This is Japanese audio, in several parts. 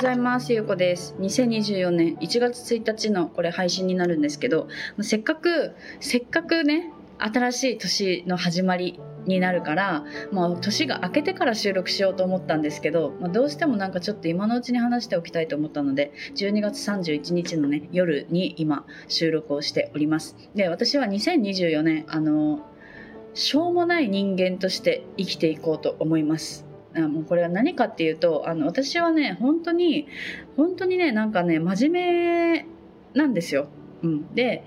ございます。ゆうこです。2024年1月1日のこれ配信になるんですけど、せっかくね、新しい年の始まりになるから、年が明けてから収録しようと思ったんですけど、どうしてもなんかちょっと今のうちに話しておきたいと思ったので、12月31日のね、夜に今収録をしております。で、私は2024年、しょうもない人間として生きていこうと思います。もうこれは何かっていうと、私はね、本当にね、なんかね、真面目なんですよ。で、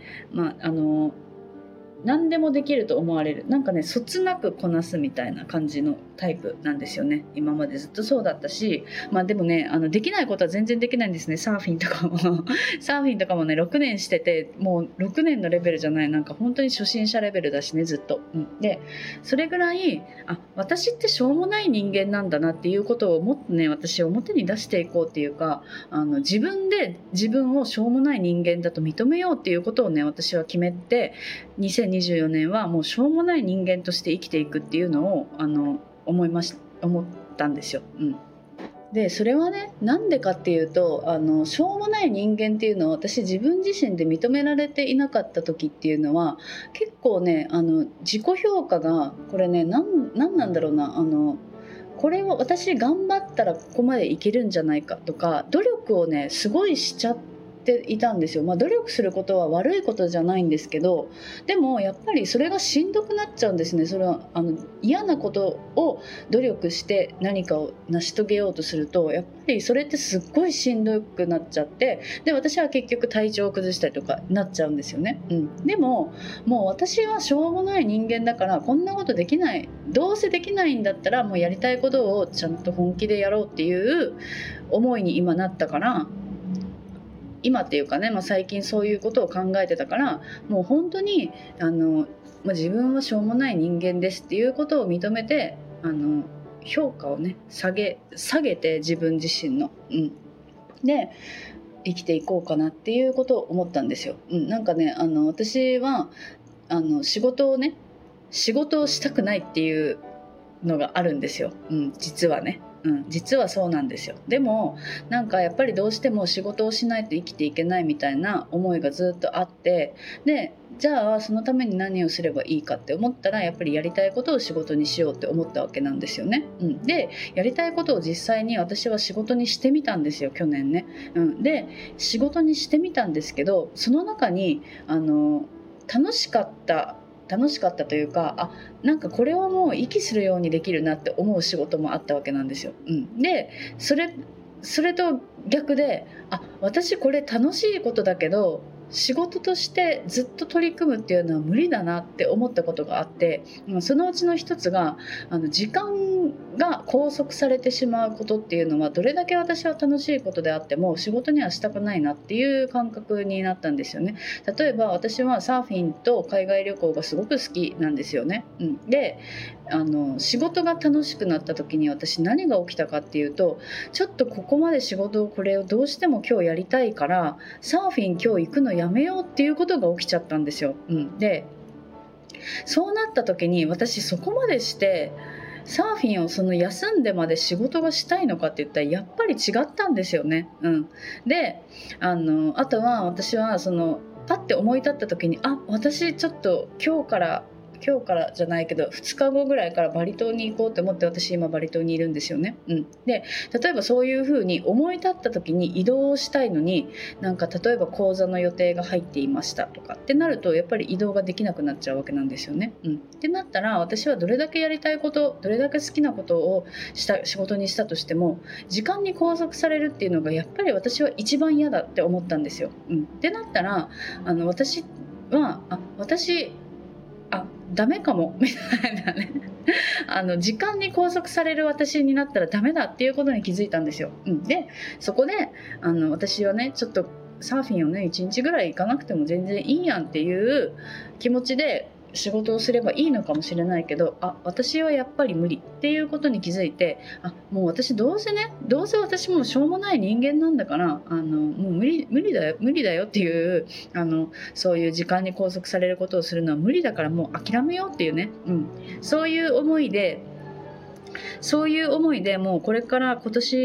何でもできると思われる、なんかね、そつなくこなすみたいな感じのタイプなんですよね。今までずっとそうだったし、でもね、できないことは全然できないんですね。サーフィンとかもね、6年してて、もう6年のレベルじゃない、なんか本当に初心者レベルだしね、ずっと。で、それぐらい、私ってしょうもない人間なんだなっていうことをもっとね、私表に出していこうっていうか、自分で自分をしょうもない人間だと認めようっていうことをね、私は決めて、2024年はもうしょうもない人間として生きていくっていうのを思ったんですよ。でそれはね、なんでかっていうと、しょうもない人間っていうのは私自分自身で認められていなかった時っていうのは結構ね、自己評価がこれね、なんなんだろうな、これを私頑張ったらここまでいけるんじゃないかとか、努力をねすごいしちゃっていたんですよ。努力することは悪いことじゃないんですけど、でもやっぱりそれがしんどくなっちゃうんですね。それは嫌なことを努力して何かを成し遂げようとすると、やっぱりそれってすっごいしんどくなっちゃって、で私は結局体調を崩したりとかなっちゃうんですよね。でももう私はしょうもない人間だから、こんなことできない、どうせできないんだったらもうやりたいことをちゃんと本気でやろうっていう思いに今なったから、今っていうかね、最近そういうことを考えてたから、もう本当に自分はしょうもない人間ですっていうことを認めて、評価をね下げて自分自身の、で生きていこうかなっていうことを思ったんですよ。なんかね、私は仕事をしたくないっていうのがあるんですよ。実はね。実はそうなんですよ。でもなんかやっぱりどうしても仕事をしないと生きていけないみたいな思いがずっとあって、でじゃあそのために何をすればいいかって思ったら、やっぱりやりたいことを仕事にしようって思ったわけなんですよね。でやりたいことを実際に私は仕事にしてみたんですよ、去年ね。で仕事にしてみたんですけど、その中に楽しかったというか、なんかこれはもう息するようにできるなって思う仕事もあったわけなんですよ。でそれと逆で、私これ楽しいことだけど仕事としてずっと取り組むっていうのは無理だなって思ったことがあって、そのうちの一つが時間が拘束されてしまうことっていうのは、どれだけ私は楽しいことであっても仕事にはしたくないなっていう感覚になったんですよね。例えば私はサーフィンと海外旅行がすごく好きなんですよね。で仕事が楽しくなった時に私何が起きたかっていうと、ちょっとここまで仕事をこれをどうしても今日やりたいからサーフィン今日行くのやめようっていうことが起きちゃったんですよ。でそうなった時に、私そこまでしてサーフィンをその休んでまで仕事がしたいのかって言ったらやっぱり違ったんですよね。であとは私はパッて思い立った時に、私ちょっと今日からじゃないけど2日後ぐらいからバリ島に行こうと思って、私今バリ島にいるんですよね。で例えばそういう風に思い立った時に移動したいのに、なんか例えば講座の予定が入っていましたとかってなると、やっぱり移動ができなくなっちゃうわけなんですよね。ってなったら、私はどれだけやりたいこと、どれだけ好きなことを仕事にしたとしても時間に拘束されるっていうのがやっぱり私は一番嫌だって思ったんですよ。ってなったら私はダメかもみたいなね時間に拘束される私になったらダメだっていうことに気づいたんですよ。でそこで私はね、ちょっとサーフィンをね1日ぐらい行かなくても全然いいやんっていう気持ちで仕事をすればいいのかもしれないけど、私はやっぱり無理っていうことに気づいて、もう私どうせ私もしょうもない人間なんだから、もう無理だよっていう、そういう時間に拘束されることをするのは無理だから、もう諦めようっていうね、そういう思いでもうこれから今年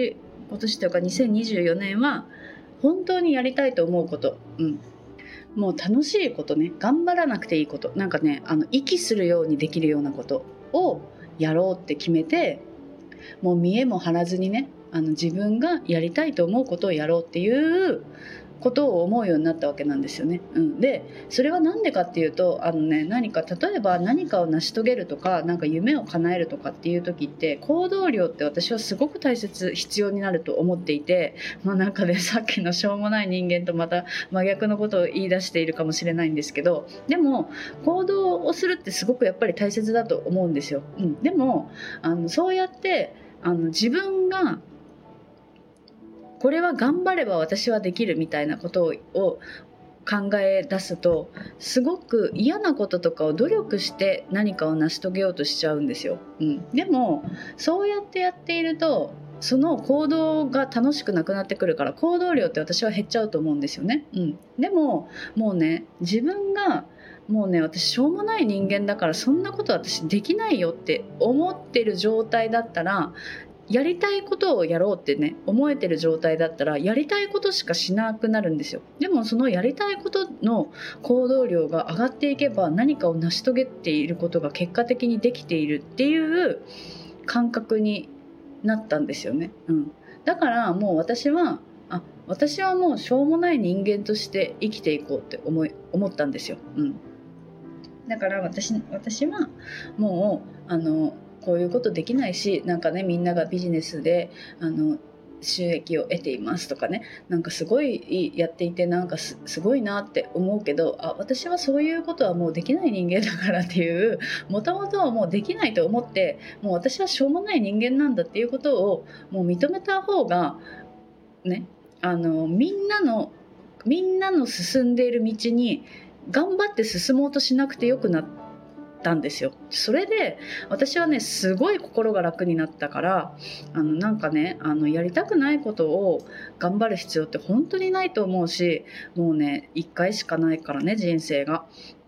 今年というか2024年は本当にやりたいと思うこと、もう楽しいことね、頑張らなくていいこと、なんかね息するようにできるようなことをやろうって決めて、もう見栄も張らずにね、自分がやりたいと思うことをやろうっていうことを思うようになったわけなんですよね。でそれは何でかっていうと何か例えば何かを成し遂げるとか、なんか夢を叶えるとかっていう時って行動量って私はすごく必要になると思っていて、なんかねさっきのしょうもない人間とまた真逆のことを言い出しているかもしれないんですけど、でも行動をするってすごくやっぱり大切だと思うんですよ。でもそうやって自分がこれは頑張れば私はできるみたいなことを考え出すと、すごく嫌なこととかを努力して何かを成し遂げようとしちゃうんですよ。でもそうやってやっているとその行動が楽しくなくなってくるから、行動量って私は減っちゃうと思うんですよね。でももうね、自分がもうね、私しょうもない人間だからそんなこと私できないよって思ってる状態だったら、やりたいことをやろうってね思えてる状態だったら、やりたいことしかしなくなるんですよ。でもそのやりたいことの行動量が上がっていけば、何かを成し遂げていることが結果的にできているっていう感覚になったんですよね。だからもう私はもうしょうもない人間として生きていこうって思ったんですよ。だから私はもうこういうことできないし、なんかね、みんながビジネスで収益を得ていますとかね、なんかすごいやっていて、なんかすごいなって思うけど、私はそういうことはもうできない人間だからっていう、もともとはもうできないと思って、もう私はしょうもない人間なんだっていうことをもう認めた方がね、みんなの進んでいる道に頑張って進もうとしなくてよくなったんですよ。それで私はねすごい心が楽になったから、なんかねやりたくないことを頑張る必要って本当にないと思うし、もうね1回しかないからね、人生が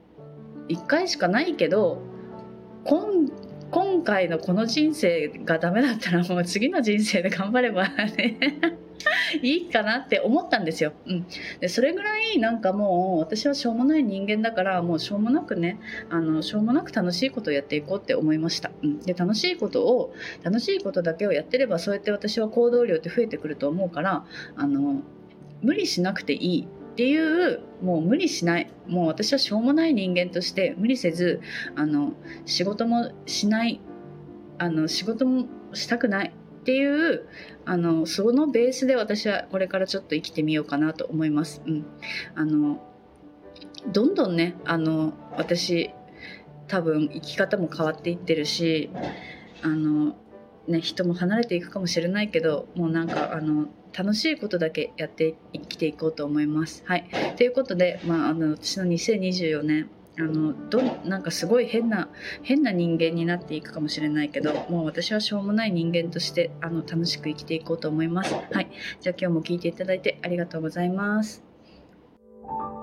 1回しかないけど、今回のこの人生がダメだったらもう次の人生で頑張ればねいいかなって思ったんですよ。でそれぐらいなんかもう私はしょうもない人間だから、もうしょうもなくねしょうもなく楽しいことをやっていこうって思いました。で楽しいことだけをやってれば、そうやって私は行動量って増えてくると思うから、無理しなくていいっていう、もう無理しない、もう私はしょうもない人間として無理せず仕事もしない、仕事もしたくないっていうそのベースで私はこれからちょっと生きてみようかなと思います。どんどんね私多分生き方も変わっていってるし、人も離れていくかもしれないけど、もうなんか楽しいことだけやって生きていこうと思います。はい、ということで、私の2024年なんかすごい変な人間になっていくかもしれないけど、もう私はしょうもない人間として楽しく生きていこうと思います。はい、じゃあ今日も聞いていただいてありがとうございます。